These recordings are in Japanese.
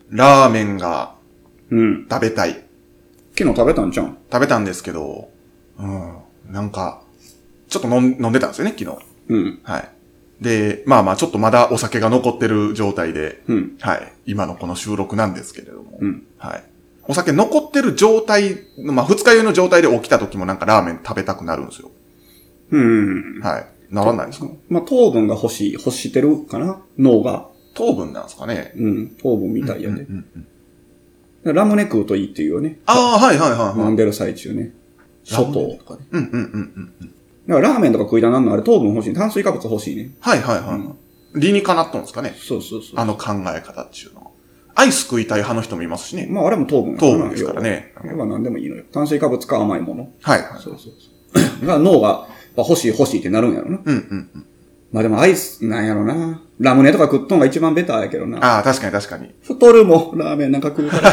ラーメンがうん。 食べたい。 昨日食べたんじゃん。 食べたんですけど、なんか、ちょっと飲んでたんですよね、昨日。 うん。 はい。で、まあちょっとまだお酒が残ってる状態で、 うん。 はい。今のこの収録なんですけれども、 うん。 はい。お酒残ってる状態、二日酔いの状態で起きた時もなんかラーメン食べたくなるんですよ。 うん。 はい。ならないですか？ 糖分が欲してるかな脳が。 糖分なんですかね？ うん。糖分みたいやね。ラムネ食うといいっていうよね。 ああ、はいはいはい、はい。 飲んでる最中ね。諸糖とかね。だからラーメンとか食いたなんのあれ糖分欲しい。炭水化物欲しいね。 はいはいはい。理にかなっとんですかね？ そう。 あの考え方っていうのは。アイス食いたい派の人もいますしね。 まああれも糖分糖分ですからね。 何でもいいのよ。炭水化物か甘いもの。 はい。 そう。だから脳が欲しいってなるんやろな。まあでもアイスなんやろな。ラムネとか食っとんが一番ベターやけどな。 ああ、確かに。 太るもん、ラーメンなんか食うから。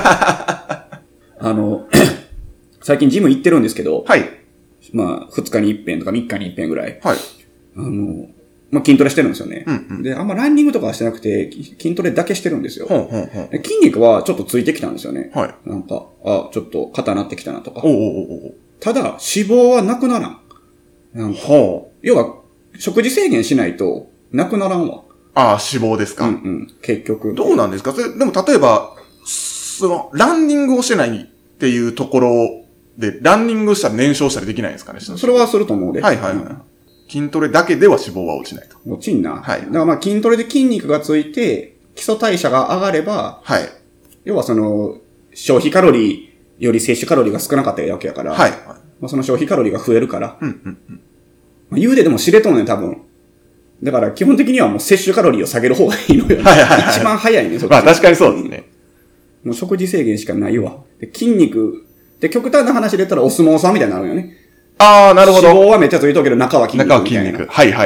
最近ジム行ってるんですけど。 はい。 まあ、2日に一遍とか3日に一遍ぐらい。 はい。 まあ筋トレしてるんですよね。 うん。 で、あんまランニングとかはしてなくて、筋トレだけしてるんですよ。 で筋肉はちょっとついてきたんですよね。 はい。 なんか、ちょっと肩なってきたなとか。 お。 ただ、脂肪はなくならん。なんか、要は、食事制限しないと、なくならんわ。 ああ、脂肪ですか？ 結局。 どうなんですか？でも例えば、ランニングをしてないっていうところで、ランニングしたら燃焼したりできないんですかね？ それはすると思うで。 はい。筋トレだけでは脂肪は落ちないと。 落ちんな。 はい。 だからまあ筋トレで筋肉がついて、基礎代謝が上がれば、 はい。 要は消費カロリーより摂取カロリーが少なかったわけやから、 はい。 まあ、その消費カロリーが増えるから、まあ、言うでも知れとんねん、多分。だから基本的にはもう摂取カロリーを下げる方がいいのよ。一番早いね、 まあ確かにそうですね。 もう食事制限しかないわ。で筋肉、で極端な話で言ったらお相撲さんみたいになるよね。 ああ、なるほど。 脂肪はめっちゃついとるけど中は筋肉みたいな。 中は筋肉。はい。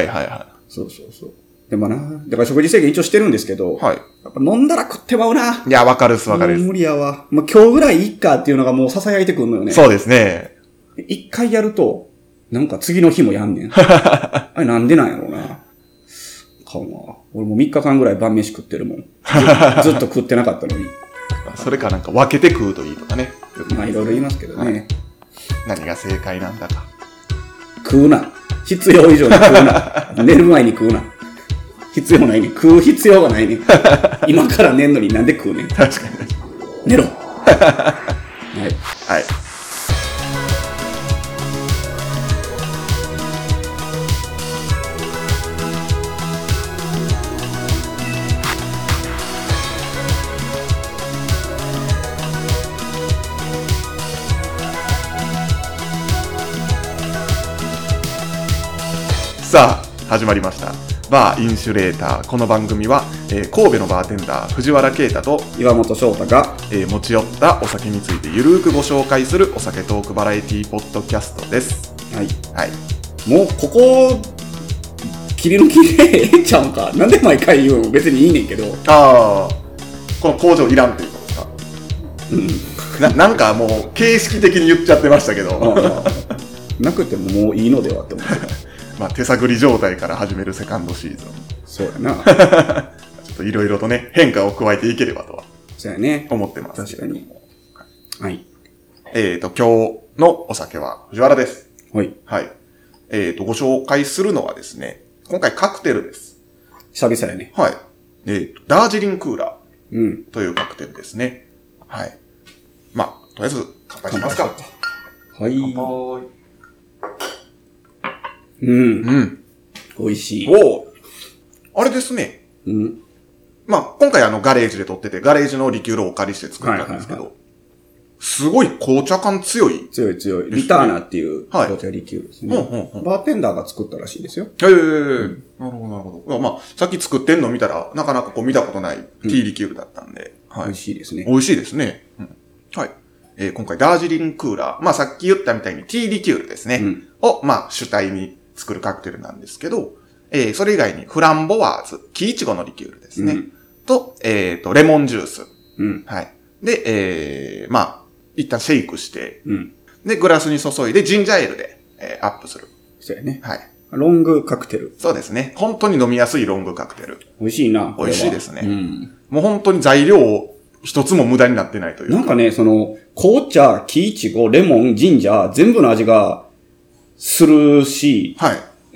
そう。でもな、だから食事制限一応してるんですけど、 はい。 やっぱ飲んだら食ってまうな。 いや、わかるっす。 無理やわ。もう今日ぐらいいっかっていうのがもう囁いてくんのよね。 そうですね。 一回やると、なんか次の日もやんねん。あれなんでなんやろうな。かわ。俺も3日間ぐらい晩飯食ってるもん。ずっと食ってなかったのに。 それかなんか分けて食うといいとかね。 まあいろいろ言いますけどね。 何が正解なんだか。 食うな。必要以上に食うな。寝る前に食うな。必要ないね。食う必要がないね。今から寝んのになんで食うねん。 確かに。 寝ろ。はい。 さあ始まりましたバーインシュレーター。この番組は、神戸のバーテンダー藤原啓太と岩本翔太が、 持ち寄ったお酒についてゆるーくご紹介するお酒トークバラエティポッドキャストです。 はい。 はい。 もうここ切り抜きでええんちゃうんか。なんで毎回言うの？別にいいねんけど。 ああ、この工場いらんっていうことですか？なんかもう形式的に言っちゃってましたけど。 なくてももういいのではって思って。 まあ手探り状態から始めるセカンドシーズン。 そうやな。 ちょっといろいろとね、変化を加えていければとは。 そうやね。 思ってます。 確かに。はい。 今日のお酒は藤原です。 はい。 はい。ご紹介するのはですね、今回カクテルです。 久々やね。 はい。ダージリンクーラーというカクテルですね。はい。まあ、とりあえず乾杯しますか。 はい。 乾杯。 美味しい。 あれですね。 うん。 まあ、今回ガレージで撮ってて、ガレージのリキュールをお借りして作ったんですけど、すごい紅茶感強い。 強い。リターナっていう紅茶リキュールですね。バーテンダーが作ったらしいですよ。 なるほど。まあ、さっき作ってんの見たら、なかなか見たことないティーリキュールだったんで。 はい。美味しいですね。 美味しいですね。はい。今回ダージリンクーラー。まあ、さっき言ったみたいにティーリキュールですね。を、まあ、主体に作るカクテルなんですけど、それ以外にフランボワーズ、木イチゴのリキュールですね。と、レモンジュース。はい。で、まあ、一旦シェイクして、で、グラスに注いでジンジャーエールで、アップする。 そうやね。 はい。 ロングカクテル。 そうですね。本当に飲みやすいロングカクテル。 美味しいな。 美味しいですね。もう本当に材料を一つも無駄になってないというか。 なんかね、紅茶、木いちご、レモン、ジンジャー、全部の味がするし、 はい。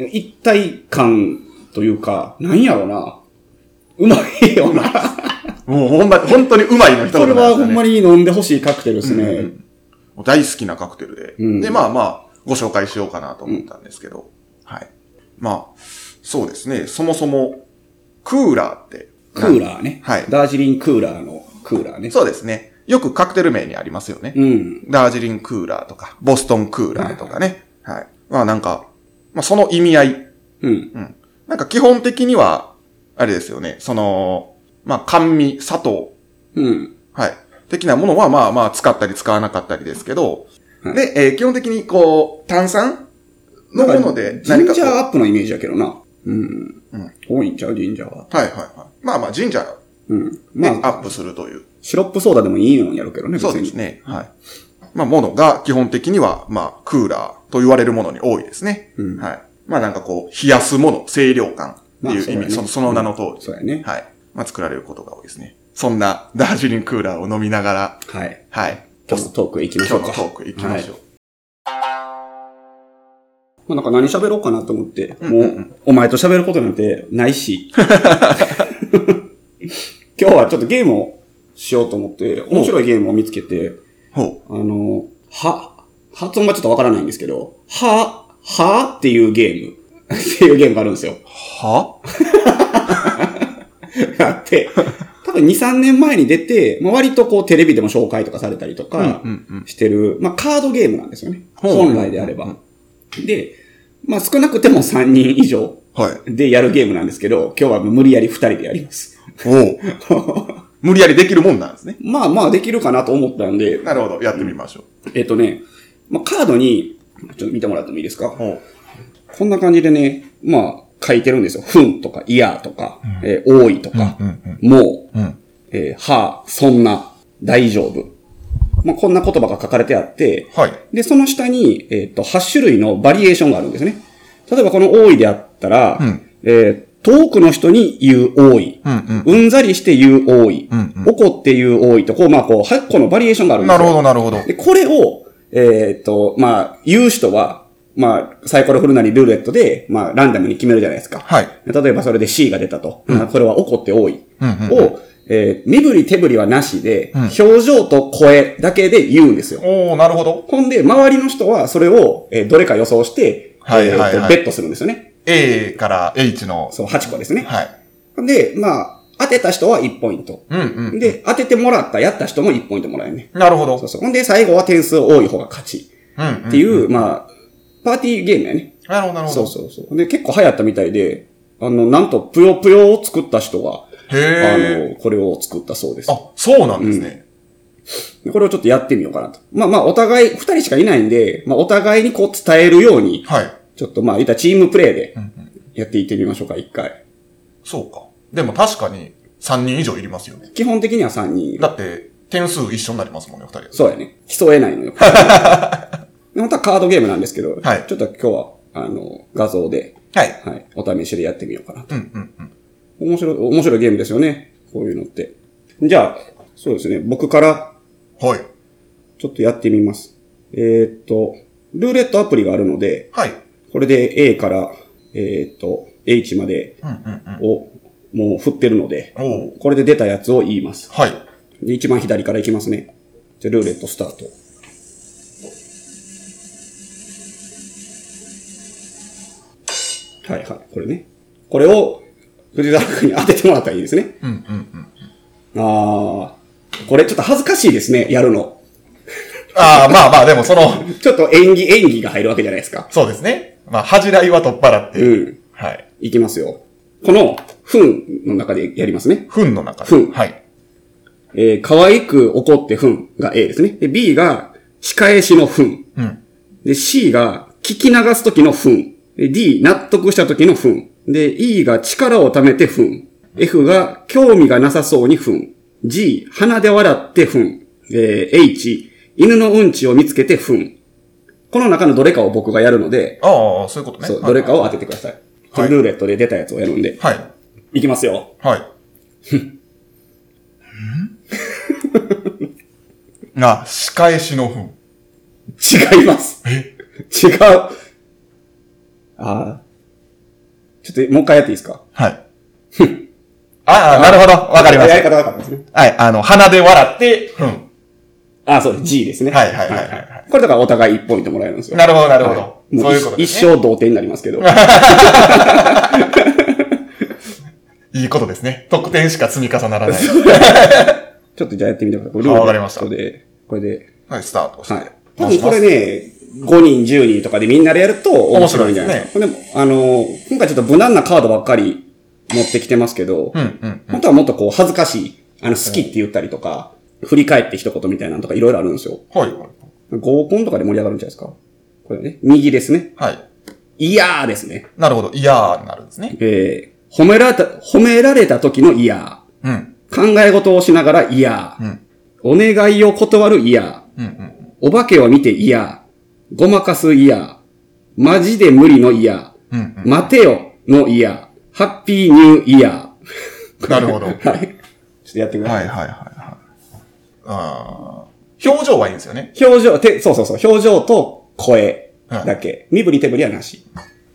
一体感というか、なんやろな。うまいよな。 もう本当にうまいの一言なんですよね。 これはほんまに飲んでほしいカクテルですね。 大好きなカクテルで。で、まあ、ご紹介しようかなと思ったんですけど。はい。まあ、そうですね。そもそも、クーラーって。 クーラーね。 はい。 ダージリンクーラーのクーラーね。 そうですね。よくカクテル名にありますよね。ダージリンクーラーとか、ボストンクーラーとかね。はい。まあなんか、まあその意味合い。なんか基本的には、あれですよね。まあ甘味、砂糖。はい。的なものはまあ使ったり使わなかったりですけど、で、基本的に炭酸のもので何かジンジャーアップのイメージだけどな。多いんちゃうジンジャーは。 はい。まあジンジャー。まあ、アップするという。 シロップソーダでもいいのやろうけどね。 そうですね。はい。まあ、ものが基本的には、まあ、クーラーと言われるものに多いですね。はい。まあ、なんか冷やすもの、清涼感っていう意味、その名の通り。 そうやね。 はい。まあ、作られることが多いですね。そんなダージリンクーラーを飲みながら、 はい。 はい。 今日のトーク行きましょうか。 今日のトーク行きましょう。 まあ、なんか何喋ろうかなと思って、もう、お前と喋ることなんてないし。今日はちょっとゲームをしようと思って、面白いゲームを見つけて、発音がちょっとわからないんですけど、っていうゲームっていうゲームがあるんですよ。あって、多分2、3年前に出て、まあ、割とテレビでも紹介とかされたりとかしてる、まあカードゲームなんですよね。本来であれば。で、まあ少なくても3人以上でやるゲームなんですけど、今日は無理やり2人でやります。 無理やりできるもんなんですね。 まあできるかなと思ったんで。 なるほど、やってみましょう。まあカードに、ちょっと見てもらってもいいですか？こんな感じでね、まあ書いてるんですよ。ふんとか、いやとか、多いとか、もう、そんな、大丈夫。まあこんな言葉が書かれてあって、で、その下に、8種類のバリエーションがあるんですね。例えばこの多いであったら、遠くの人に言う多い。うんざりして言う多い。怒って言う多いと、8個のバリエーションがあるんですよ。 なるほど。 で、これを、まあ、言う人は、まあ、サイコロ振るなりルーレットで、まあ、ランダムに決めるじゃないですか。例えばそれで C が出たと。これは怒って多い。を、身振り手振りはなしで、表情と声だけで言うんですよ。 なるほど。 ほんで、周りの人はそれを、どれか予想して、ベットするんですよね。 A から H の。 そう、8個ですね。で、まあ、当てた人は1ポイント。で、当ててもらった、やった人も1ポイントもらえるね。 なるほど。 ほんで、最後は点数多い方が勝ち。っていう、まあ、パーティーゲームやね。 なるほど。 そう。で、結構流行ったみたいで、なんと、ぷよぷよを作った人が、これを作ったそうです。 そうなんですね。 これをちょっとやってみようかなと。まあ、お互い、2人しかいないんで、まあ、お互いに伝えるように、ちょっとまあ、言ったチームプレイで、やっていってみましょうか、一回。 そうか。でも確かに、3人以上いりますよね。 基本的には3人いる。 だって、点数一緒になりますもんね、2人。 そうやね。競えないのよ。本当はカードゲームなんですけど、ちょっと今日は、画像で、お試しでやってみようかなと。面白いゲームですよね。こういうのって。じゃあ、そうですね。僕から、ちょっとやってみます。ルーレットアプリがあるので、これで A から、H までをもう振ってるので、これで出たやつを言います。で一番左からいきますね。じゃあルーレットスタート。これね。これを藤沢君に当ててもらったらいいですね。これちょっと恥ずかしいですね、やるの。 まあ、でもちょっと演技が入るわけじゃないですか。 そうですね。まあ、恥じらいは取っ払って。 いきますよ。この、ふんの中でやりますね。 ふんの中で。 ふん。可愛く怒ってふんが A ですね。で、B が仕返しのふん。で、C が聞き流すときのふん。で、D 納得したときのふん。で、E が力を貯めてふん。F が興味がなさそうにふん。G、鼻で笑ってふん。H、犬のうんちを見つけてふん。この中のどれかを僕がやるので、 そういうことね。 そう、どれかを当ててください。ルーレットで出たやつをやるんで。いきますよ。 仕返しの糞。 違います。違う。ちょっともう一回やっていいですか？ はい。なるほど。わかりました。 やり方わかりますね。 はい。鼻で笑って、 そうです。G ですね。 はい。 これだからお互い1ポイントもらえるんですよ。 なるほど。そういうことですね。一生同点になりますけど。 いいことですね。得点しか積み重ならない。 ちょっとじゃあやってみてください。 わかりました。 これで。 はい、スタートして。はい。 多分これね、5人、10人とかでみんなでやると面白いんじゃないですか。でも、今回ちょっと無難なカードばっかり持ってきてますけど、本当はもっとこう恥ずかしい、好きって言ったりとか、振り返って一言みたいなのとかいろいろあるんですよ。 はい。 合コンとかで盛り上がるんじゃないですか。これね、右ですね。 はい。 いやーですね。 なるほど。いやーになるんですね。 褒められた時のいやー。考え事をしながらいやー。お願いを断るいやー。お化けを見ていやー。ごまかすいや。マジで無理のいや。待てよのいや。ハッピーニューイヤー。なるほど。はい。 ちょっとやってください。 はい。表情はいいんですよね。 そう。表情と声だけ。身振り手振りはなし。い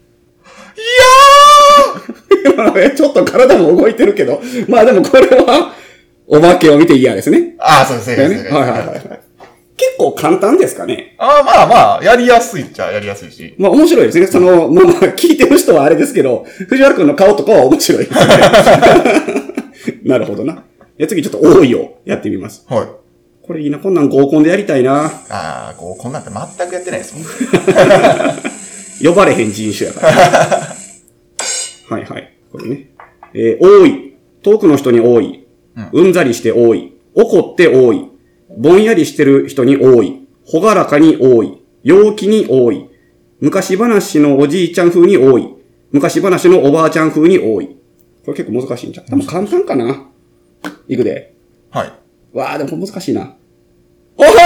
やーちょっと体も動いてるけど。まあでもこれは、お化けを見ていやですね。 そうですね。 はい。結構簡単ですかね。 まあ、やりやすいっちゃやりやすいし。 まあ面白いですね。聞いてる人はあれですけど、藤原くんの顔とかは面白いですね。なるほどな。次ちょっと多いをやってみます。 はい。 これいいな。こんなん合コンでやりたいな。 合コンなんて全くやってないですもん。 呼ばれへん人種やから。はい。これね。多い。遠くの人に多い。うんざりして多い。怒って多い。ぼんやりしてる人に多い。ほがらかに多い。陽気に多い。昔話のおじいちゃん風に多い。昔話のおばあちゃん風に多い。これ結構難しいんじゃん。多分簡単かな。いくで。 はい。 わー、でも難しいな。おい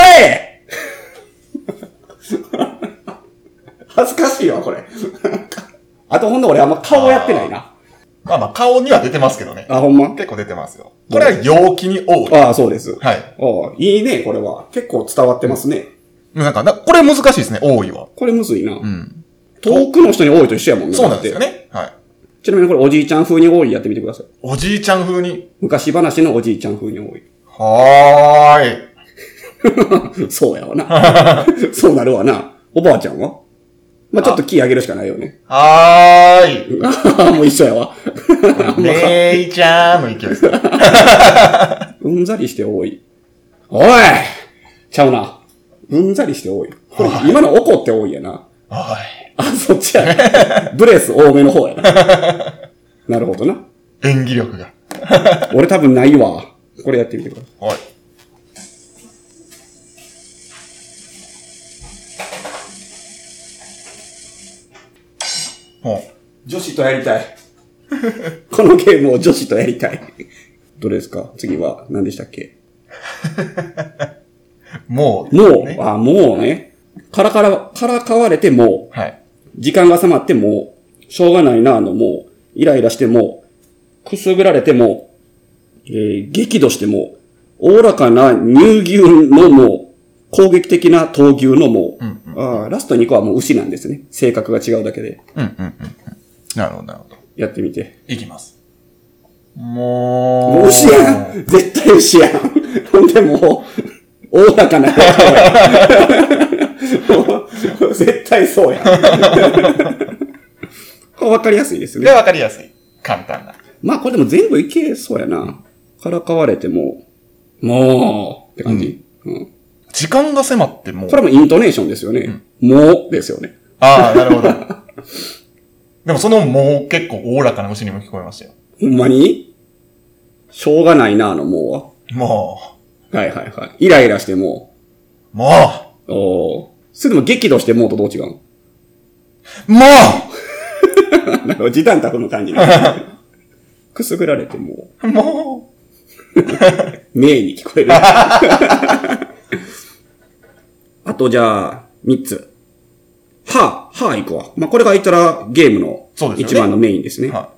恥ずかしいわ、これ。あとほんと俺あんま顔やってないな。 顔には出てますけどね。 ほんま？ 結構出てますよ。これは陽気に多い。 そうです。 はい。 いいね、これは。結構伝わってますね。 これ難しいですね、多いは。 これむずいな。遠くの人に多いと一緒やもんね。 そうなんですよね。はい。 ちなみにこれおじいちゃん風に多いやってみてください。 おじいちゃん風に。 昔話のおじいちゃん風に多い。 はーい。そうやわな。そうなるわな。おばあちゃんはちょっとキー上げるしかないよね。 はーい。 もう一緒やわ。 姉ちゃんの勢いですね。 うんざりして多い。おいちゃうな。うんざりして多い。これ今の怒って多いやな。そっちやね。ブレス多めの方やな。なるほどな。 演技力が。 俺多分ないわ。これやってみてください。 はい。 女子とやりたい。このゲームを女子とやりたい。どれですか？次は何でしたっけ？ もう、 ね。もうね。からかわれても、 はい。 時間が迫っても、しょうがないなもう、イライラしても、くすぐられても、激怒しても、おおらかな乳牛のもう、攻撃的な闘牛のもう、ラスト2個はもう牛なんですね。性格が違うだけで。 なるほど。 やってみて。 いきます。 もう牛やん。絶対牛やん。ほんでもう、おおらかな。絶対そうやん。これ分かりやすいですね。 分かりやすい。簡単な。 これでも全部いけそうやな。からかわれても、もう、って感じ。 時間が迫っても。 これもイントネーションですよね。もうですよね。 なるほど。でもそのもう結構おおらかな牛にも聞こえましたよ。 ほんまに？しょうがないなもうは。もう。はい。イライラしても。 もう。それでも激怒してもうとどう違うの？ もうなんか時短タフの感じ。くすぐられても。 も名に聞こえる。あとじゃあ、3つ。行くわ。これが言ったらゲームの一番のメインですね。 は。。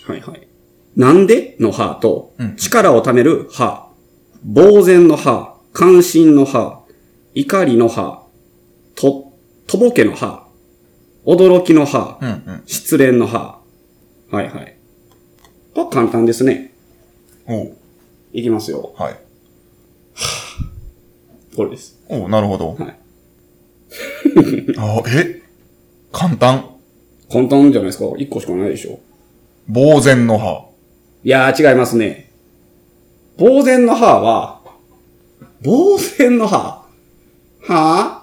はいはい。なんでのはと、力を貯めるは、呆然のは、関心のは、怒りのは、とぼけのは、驚きのは、失恋のは。はいはい。これ簡単ですね。いきますよ。 はい。 これです。 なるほど。 はい。 簡単。 簡単じゃないですか。1個しかないでしょ。 呆然のは。 いやー違いますね。呆然のはは、呆然のはは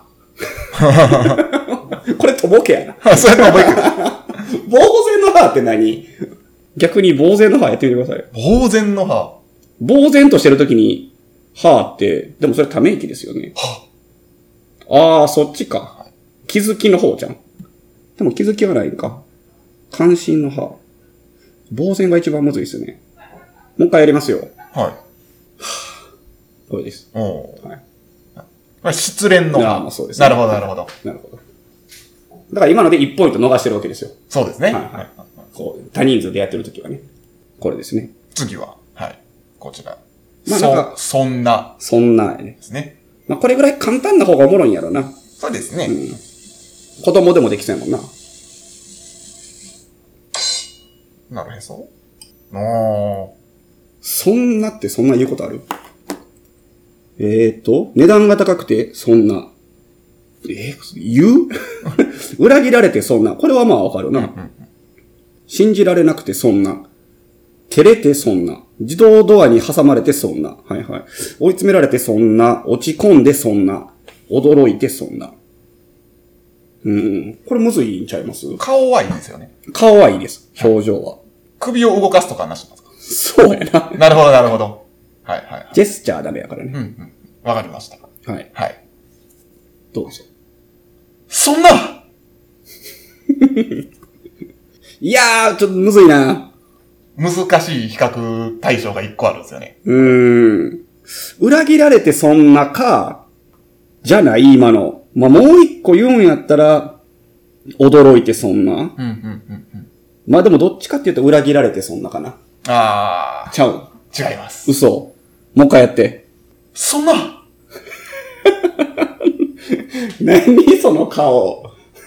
ぁこれとぼけやな。 それとぼけ。呆然のはって何？逆に呆然のはやってみてください。 呆然のは。 呆然としてるときに、はって、でもそれため息ですよね。ああ、そっちか。気づきの方じゃん。でも気づきはないんか。関心のは。呆然が一番むずいですね。もう一回やりますよ。 はい。 これです。 はい。失恋のは。 そうですね。 なるほど、なるほど。 なるほど。だから今ので1ポイント逃してるわけですよ。 そうですね。 はい。こう、多人数でやってるときはね。これですね。 次は、はい。こちら。 まあなんか、 そんな。 そんなね。 ですね。 まあこれぐらい簡単な方がおもろいんやろな。 そうですね。 子供でもできそうやもんな。 なるへそ。 そんなってそんな言うことある？値段が高くてそんな。言う裏切られてそんな。これはまあわかるな。信じられなくてそんな。照れてそんな。自動ドアに挟まれてそんな。はいはい。追い詰められてそんな。落ち込んでそんな。驚いてそんな。これむずいんちゃいます？ 顔はいいですよね。 顔はいいです。表情は。 首を動かすとかなしますか？ そうやな。 なるほど、なるほど。はいはい。 ジェスチャーダメやからね。 わかりました。 はい。 はい。 どうぞ。 そんないやー、ちょっとむずいな。 難しい比較対象が一個あるんですよね。 裏切られてそんなか、じゃない今の。まあ、もう一個言うんやったら、驚いてそんな。まあでもどっちかっていうと裏切られてそんなかな。ちゃう。 違います。 嘘。もう一回やって。 そんな何その顔。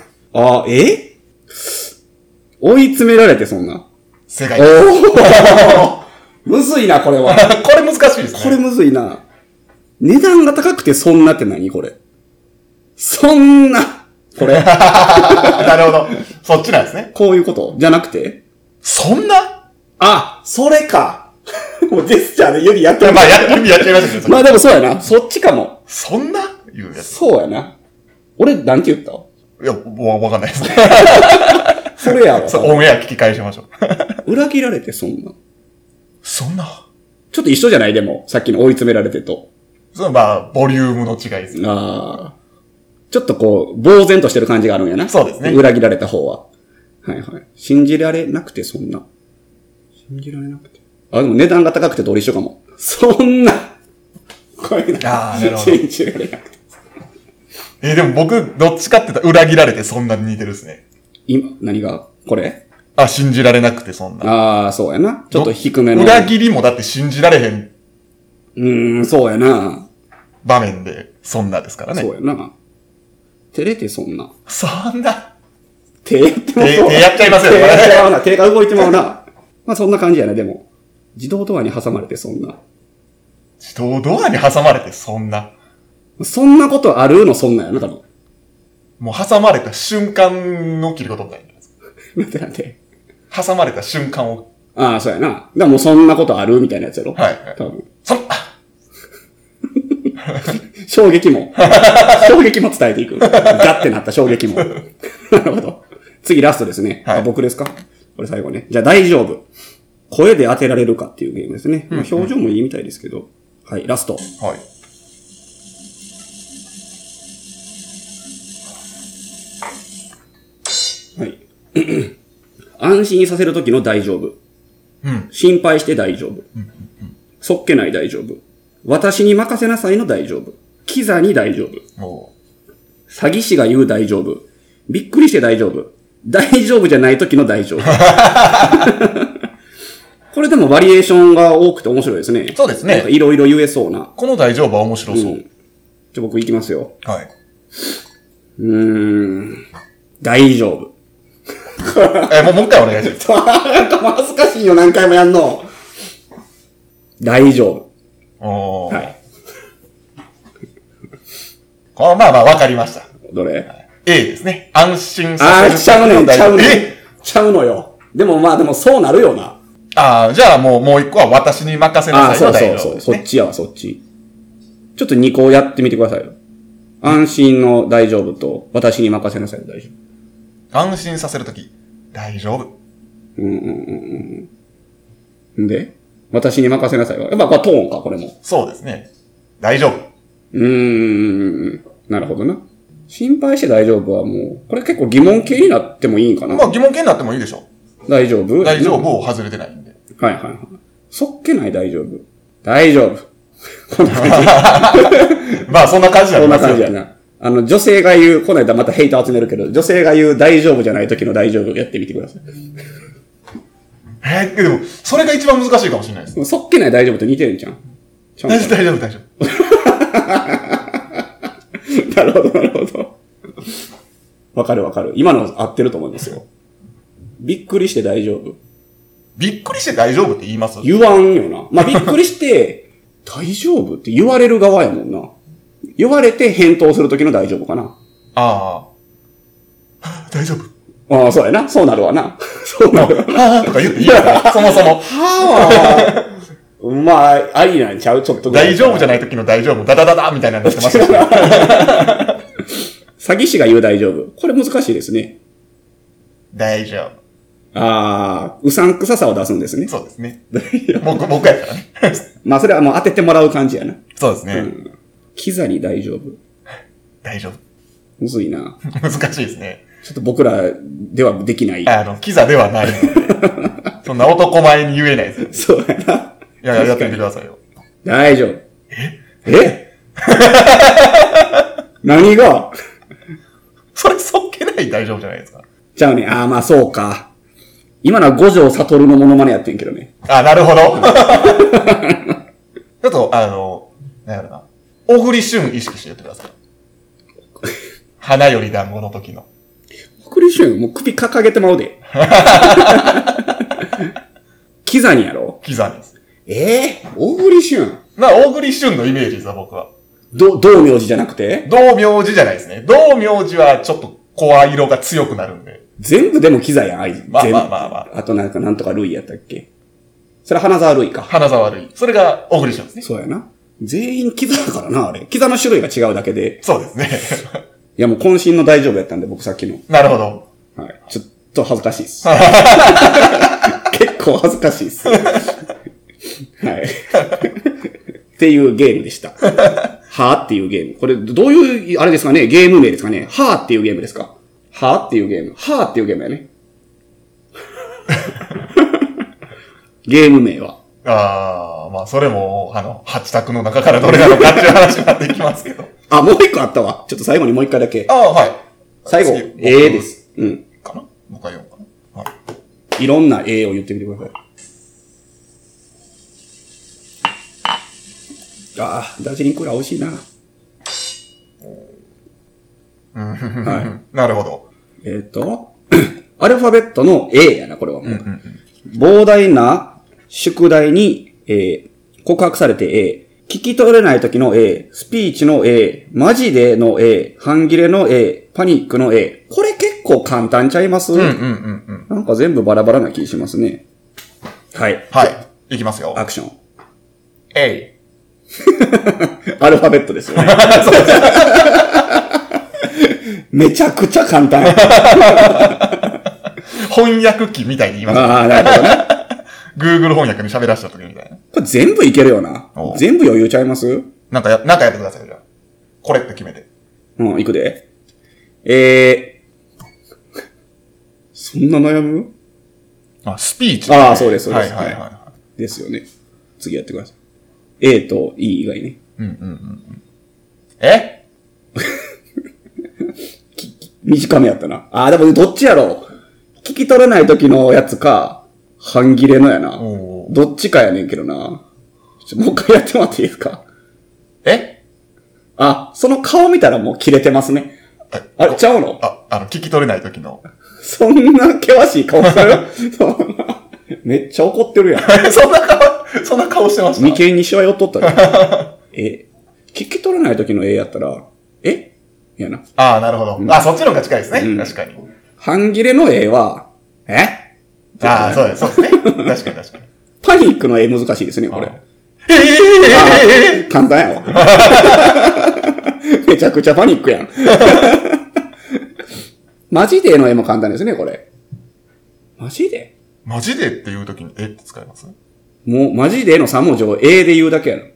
追い詰められてそんな。 正解です。 むずいな、これは。 これ難しいですね。 これむずいな。値段が高くてそんなって何これ。そんな。これ。 なるほど。そっちなんですね。 こういうことじゃなくてそんなそれか。もうジェスチャーで指やってる。 まあ、指やっちゃいましたけど。 まあでもそうやな。そっちかも。 そんな言うやつ。 そうやな。俺、なんて言った？ いや、わかんないですね。 それやろ。 オンエア聞き返しましょう。裏切られてそんな。 そんなちょっと一緒じゃないでも、さっきの追い詰められてと。 まあ、ボリュームの違いですね。 ちょっとこう、呆然としてる感じがあるんやな。 そうですね。 裏切られた方は。はいはい。信じられなくてそんな。信じられなくて。でも値段が高くてと俺一緒かも。そんな。これな。 なるほど。 信じられなくて。 でも僕、どっちかって言ったら裏切られてそんなに似てるですね。 今、何がこれ？ 信じられなくてそんな。 そうやな。ちょっと低めの。 裏切りもだって信じられへん。そうやな。 場面でそんなですからね。 そうやな。照れてそんな。 そんな。 手やってまう。 手やっちゃいますよね。 手やっちゃうな。手が動いてまうな。まあそんな感じやね、でも。自動ドアに挟まれてそんな。 自動ドアに挟まれてそんな。 そんなことあるのそんなんやな、多分。 もう挟まれた瞬間の切りことみたいな。 なんて。 挟まれた瞬間を。 そうやな。だからもうそんなことあるみたいなやつやろ。 はい。 多分。 衝撃も伝えていく。ガッてなった衝撃も。なるほど。次ラストですね。はい、僕ですか？これ最後ね。じゃあ大丈夫。声で当てられるかっていうゲームですね。まあ、表情もいいみたいですけど。はい、ラスト。 はい。 はい。安心させるときの大丈夫。心配して大丈夫。そっけない大丈夫。私に任せなさいの大丈夫。キザに大丈夫。詐欺師が言う大丈夫。びっくりして大丈夫。大丈夫じゃないときの大丈夫。 これでもバリエーションが多くて面白いですね。 そうですね。 いろいろ言えそうな。 この大丈夫は面白そう。 じゃ僕行きますよ。 はい。 大丈夫。 もう一回お願いします。 なんか恥ずかしいよ、何回もやんの。大丈夫。はい。 まあまあ、わかりました。 どれ？ A ですね。安心させる。 ちゃうのよ。でもそうなるよな。 じゃあもう一個は私に任せなさいの大丈夫ですね。 そう。そっちやわ、そっち。ちょっと2個やってみてくださいよ。安心の大丈夫と、私に任せなさいの大丈夫。安心させるとき、大丈夫。 で、私に任せなさいは。やっぱトーンか、これも。 そうですね。大丈夫。 なるほどな。心配して大丈夫はもう、これ結構疑問形になってもいいんかな。 まあ疑問形になってもいいでしょ。 大丈夫？ 大丈夫を外れてないんで。 はい。そっけない大丈夫。大丈夫。こんな感じ。 まあそんな感じだそんな感じやな。女性が言う、この間またヘイト集めるけど、女性が言う大丈夫じゃない時の大丈夫やってみてください。 でも、それが一番難しいかもしれないです。 そっけない大丈夫と似てるんじゃん。 大丈夫。 なるほど。わかる。今の合ってると思いますよ。びっくりして大丈夫。 びっくりして大丈夫って言います？ 言わんよな。まあ、びっくりして、大丈夫って言われる側やもんな。言われて返答するときの大丈夫かな。 大丈夫。 そうやな。そうなるわな。そうなるわ。 とか言っていいかそもそも。 まあ、ありなんちゃうちょっとぐらい。 大丈夫じゃない時の大丈夫。ダダダダみたいなのになってましたね。 詐欺師が言う大丈夫。これ難しいですね。 大丈夫。 うさんくささを出すんですね。 そうですね。僕やからね。 まあ、それはもう当ててもらう感じやな。 そうですね。 キザに大丈夫。 大丈夫。 むずいな。 難しいですね。 ちょっと僕らではできない。 キザではないので。そんな男前に言えないです。 そうやな。 いや、やってみてくださいよ。 大丈夫。何がそれそっけない大丈夫じゃないですか。 じゃあね、まあそうか。今のは五条悟のモノマネやってんけどね。 なるほど。ちょっと、なんやろな。小栗旬意識して言ってください。花より団子の時の。 小栗旬、もう首掲げてまうで。キザニやろ？ キザニです。 小栗旬。 小栗旬のイメージですわ、僕は。 道明寺じゃなくて？ 道明寺じゃないですね。道明寺はちょっと声色が強くなるんで。 全部でもキザやん、 まあ。 あとなんとかルイやったっけ？それ花沢ルイか。 花沢ルイ。それが小栗旬ですね。 そうやな。全員キザだからな、あれ。キザの種類が違うだけで。 そうですね。 いやもう渾身の大丈夫やったんで、僕さっきの。 なるほど。 はい。ちょっと恥ずかしいっす。結構恥ずかしいっす。はい。っていうゲームでした。はぁっていうゲーム。これ、どういう、あれですかね、ゲーム名ですかね。はぁっていうゲームですか。はぁっていうゲーム。はぁっていうゲームやね。ゲーム名は。 まあ、それも、8択の中からどれなのかっていう話になっていきますけど。 もう一個あったわ。ちょっと最後にもう一回だけ。 はい。 最後、です。 かな？もう一回読むかな？はい。 いろんなを言ってみてください。ダージリンクーラー美味しいな。 はい。なるほど。 アルファベットの A やな、これはもう。膨大な宿題に、告白されて A、聞き取れない時の A、スピーチの A、マジでの A、半切れの A、パニックの A。これ結構簡単ちゃいます？なんか全部バラバラな気しますね。はい。 はい。いきますよ。 アクション。 A。 アルファベットですよね。めちゃくちゃ簡単。 翻訳機みたいに言いますね。 なるほどね。 Google 翻訳に喋らせた時みたいな。 これ全部いけるよな。全部余裕ちゃいます？ なんかやってください、じゃあ。これって決めて。 いくで。そんな悩む？ スピーチ、 ね。そうです、そうです。 はい。 ですよね。次やってください。A と E 以外ね。短めやったな。でもどっちやろう。聞き取れない時のやつか、半切れのやな。 どっちかやねんけどな。もう一回やってもらっていいですか？その顔見たらもう切れてますね。あれちゃうの？ 聞き取れない時の。 そんな険しい顔する？めっちゃ怒ってるやん。 そんな顔してました。 眉間にしわ寄っとったら。聞き取れない時のやったら、やな。 なるほど。そっちの方が近いですね。確かに。 半切れのは、 そうですね。確かに。 パニックの難しいですね、これ。簡単やわ。めちゃくちゃパニックやん。マジでのも簡単ですね、これ。マジでっていう時にって使います？ もう、マジでの3文字をで言うだけやろ。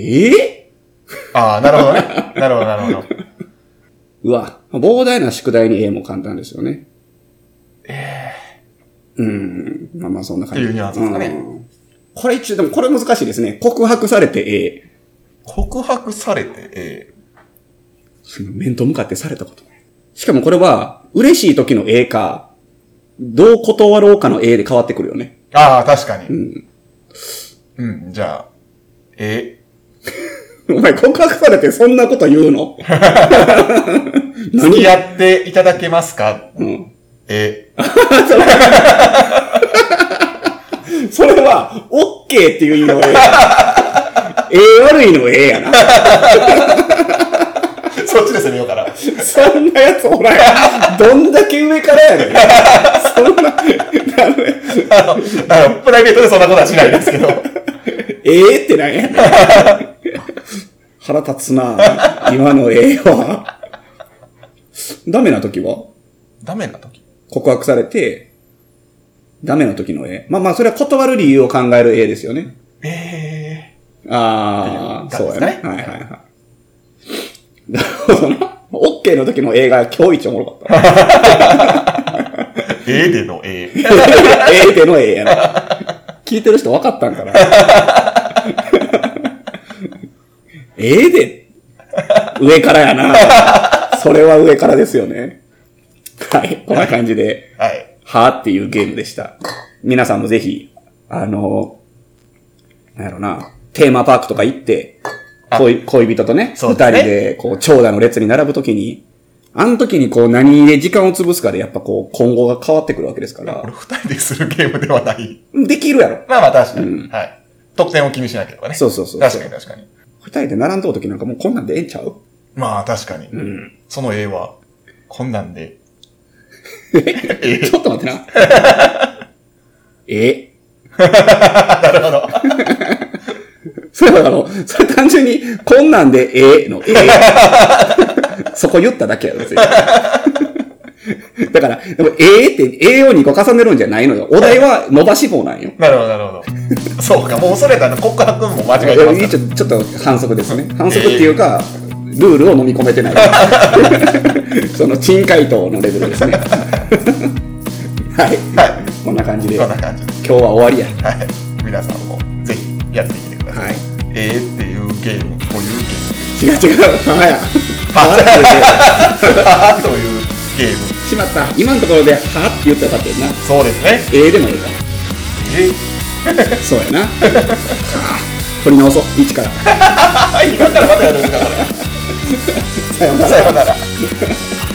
なるほどね。なるほど。 うわ、膨大な宿題にも簡単ですよね。まあそんな感じ。 っていうニュアンスですかね。 これでもこれ難しいですね。告白されて告白されて面と向かってされたことない。しかもこれは、嬉しい時のか、どう断ろうかので変わってくるよね。 確かに。じゃあ、 お前告白されてそんなこと言うの？ 付き合っていただけますか？ それは、OK っていう意味の悪いのやな。 そっちで攻めようかな。 そんなやつおらん。どんだけ上からやねん。そんな、 プライベートでそんなことはしないですけど。 ってなんや。腹立つな今のは。ダメな時は？ ダメな時？ 告白されて、ダメな時のまあそれは断る理由を考えるですよね。そうやね。はい。なるほどな。OK の時のが今日一おもろかった。 でのでのやな。聞いてる人分かったんかな。で、上からやな。それは上からですよね。はい。こんな感じで、はっていうゲームでした。皆さんもぜひ、なんやろな、テーマパークとか行って、恋人とね、二人で、長蛇の列に並ぶときに、あの時に何で時間を潰すかで、やっぱ今後が変わってくるわけですから。 これ二人でするゲームではない。 できるやろ。 まあ確かに。はい。得点を気にしなければね。 そう。 確かに。 二人で並んどうときなんかもうこんなんでええんちゃう？ まあ確かに。そのは、こんなんで。 ちょっと待ってな。 なるほど。 それ単純に、こんなんでのそこ言っただけやろ、別に。だから、でもってを2個重ねるんじゃないのよ。お題は伸ばし棒なんよ。 なるほど。そうか、もうそれだ告白も間違えてます。 ちょっと反則ですね。反則っていうか、ルールを飲み込めてない。その珍回答のレベルですね。はい。こんな感じで。今日は終わりや。 はい。皆さんもぜひやってみてください。はい。っていうゲーム、こういうゲーム。 違う。はや。 というゲーム。 しまった。今のところで、はって言ったらよかったよな。 そうですね。 でもいいか。そうやな。取り直そう。1から。 今からまだやるんですか、これ。 さようなら。